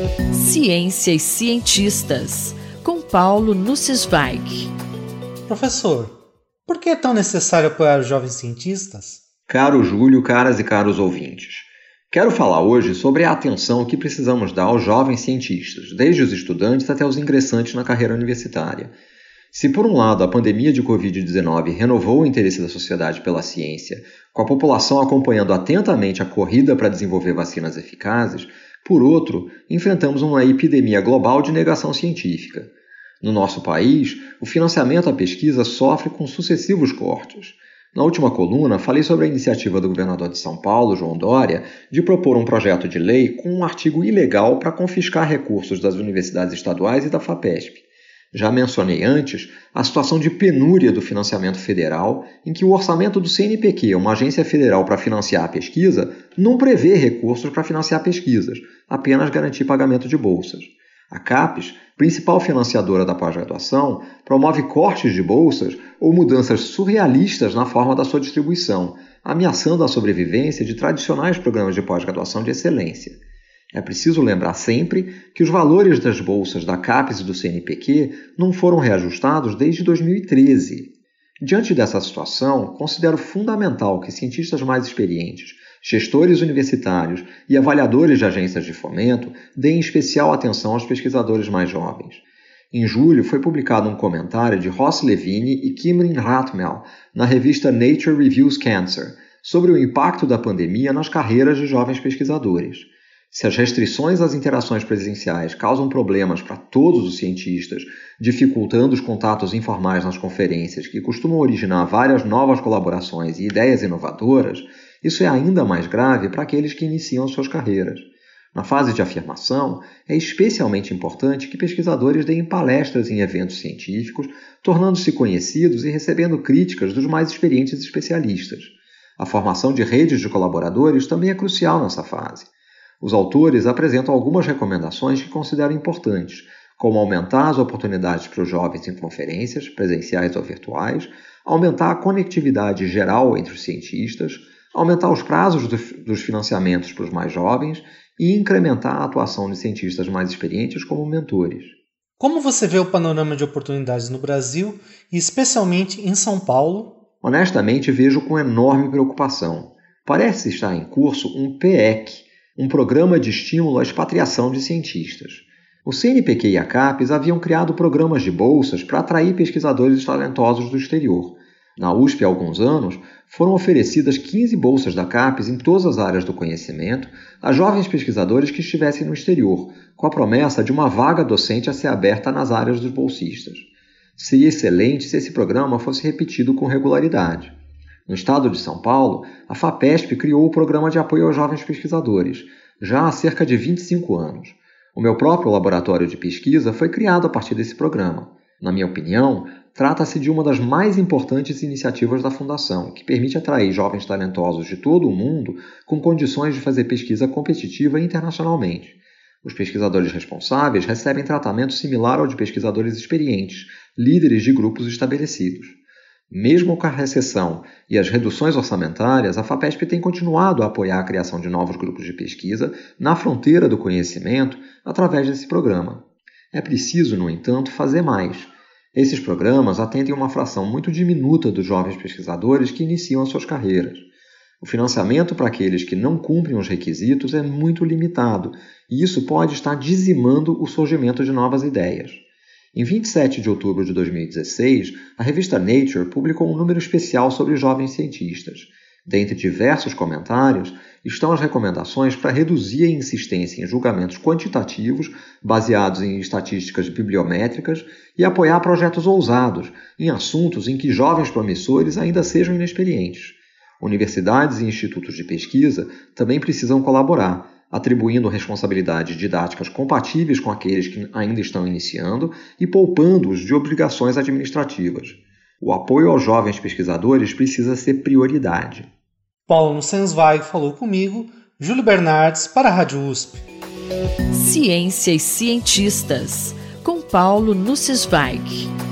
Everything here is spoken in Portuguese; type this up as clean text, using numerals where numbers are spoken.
Ciência e cientistas, com Paulo Nussweig. Professor, por que é tão necessário apoiar os jovens cientistas? Caro Júlio, caras e caros ouvintes, quero falar hoje sobre a atenção que precisamos dar aos jovens cientistas, desde os estudantes até os ingressantes na carreira universitária. Se, por um lado, a pandemia de Covid-19 renovou o interesse da sociedade pela ciência, com a população acompanhando atentamente a corrida para desenvolver vacinas eficazes, por outro, enfrentamos uma epidemia global de negação científica. No nosso país, o financiamento à pesquisa sofre com sucessivos cortes. Na última coluna, falei sobre a iniciativa do governador de São Paulo, João Dória, de propor um projeto de lei com um artigo ilegal para confiscar recursos das universidades estaduais e da FAPESP. Já mencionei antes a situação de penúria do financiamento federal, em que o orçamento do CNPq, uma agência federal para financiar a pesquisa, não prevê recursos para financiar pesquisas, apenas garantir pagamento de bolsas. A CAPES, principal financiadora da pós-graduação, promove cortes de bolsas ou mudanças surrealistas na forma da sua distribuição, ameaçando a sobrevivência de tradicionais programas de pós-graduação de excelência. É preciso lembrar sempre que os valores das bolsas da CAPES e do CNPq não foram reajustados desde 2013. Diante dessa situação, considero fundamental que cientistas mais experientes, gestores universitários e avaliadores de agências de fomento deem especial atenção aos pesquisadores mais jovens. Em julho, foi publicado um comentário de Ross Levine e Kimrin Ratmel na revista Nature Reviews Cancer sobre o impacto da pandemia nas carreiras de jovens pesquisadores. Se as restrições às interações presenciais causam problemas para todos os cientistas, dificultando os contatos informais nas conferências que costumam originar várias novas colaborações e ideias inovadoras, isso é ainda mais grave para aqueles que iniciam suas carreiras. Na fase de afirmação, é especialmente importante que pesquisadores deem palestras em eventos científicos, tornando-se conhecidos e recebendo críticas dos mais experientes especialistas. A formação de redes de colaboradores também é crucial nessa fase. Os autores apresentam algumas recomendações que considero importantes, como aumentar as oportunidades para os jovens em conferências, presenciais ou virtuais, aumentar a conectividade geral entre os cientistas, aumentar os prazos dos financiamentos para os mais jovens e incrementar a atuação de cientistas mais experientes como mentores. Como você vê o panorama de oportunidades no Brasil e especialmente em São Paulo? Honestamente, vejo com enorme preocupação. Parece estar em curso um PEC, um programa de estímulo à expatriação de cientistas. O CNPq e a CAPES haviam criado programas de bolsas para atrair pesquisadores talentosos do exterior. Na USP, há alguns anos, foram oferecidas 15 bolsas da CAPES em todas as áreas do conhecimento a jovens pesquisadores que estivessem no exterior, com a promessa de uma vaga docente a ser aberta nas áreas dos bolsistas. Seria excelente se esse programa fosse repetido com regularidade. No estado de São Paulo, a FAPESP criou o Programa de Apoio aos Jovens Pesquisadores, já há cerca de 25 anos. O meu próprio laboratório de pesquisa foi criado a partir desse programa. Na minha opinião, trata-se de uma das mais importantes iniciativas da Fundação, que permite atrair jovens talentosos de todo o mundo com condições de fazer pesquisa competitiva internacionalmente. Os pesquisadores responsáveis recebem tratamento similar ao de pesquisadores experientes, líderes de grupos estabelecidos. Mesmo com a recessão e as reduções orçamentárias, a FAPESP tem continuado a apoiar a criação de novos grupos de pesquisa na fronteira do conhecimento através desse programa. É preciso, no entanto, fazer mais. Esses programas atendem uma fração muito diminuta dos jovens pesquisadores que iniciam as suas carreiras. O financiamento para aqueles que não cumprem os requisitos é muito limitado, e isso pode estar dizimando o surgimento de novas ideias. Em 27 de outubro de 2016, a revista Nature publicou um número especial sobre jovens cientistas. Dentre diversos comentários, estão as recomendações para reduzir a insistência em julgamentos quantitativos baseados em estatísticas bibliométricas e apoiar projetos ousados em assuntos em que jovens promissores ainda sejam inexperientes. Universidades e institutos de pesquisa também precisam colaborar, atribuindo responsabilidades didáticas compatíveis com aqueles que ainda estão iniciando e poupando-os de obrigações administrativas. O apoio aos jovens pesquisadores precisa ser prioridade. Paulo Nussweig falou comigo, Júlio Bernardes, para a Rádio USP. Ciência e cientistas, com Paulo Nussweig.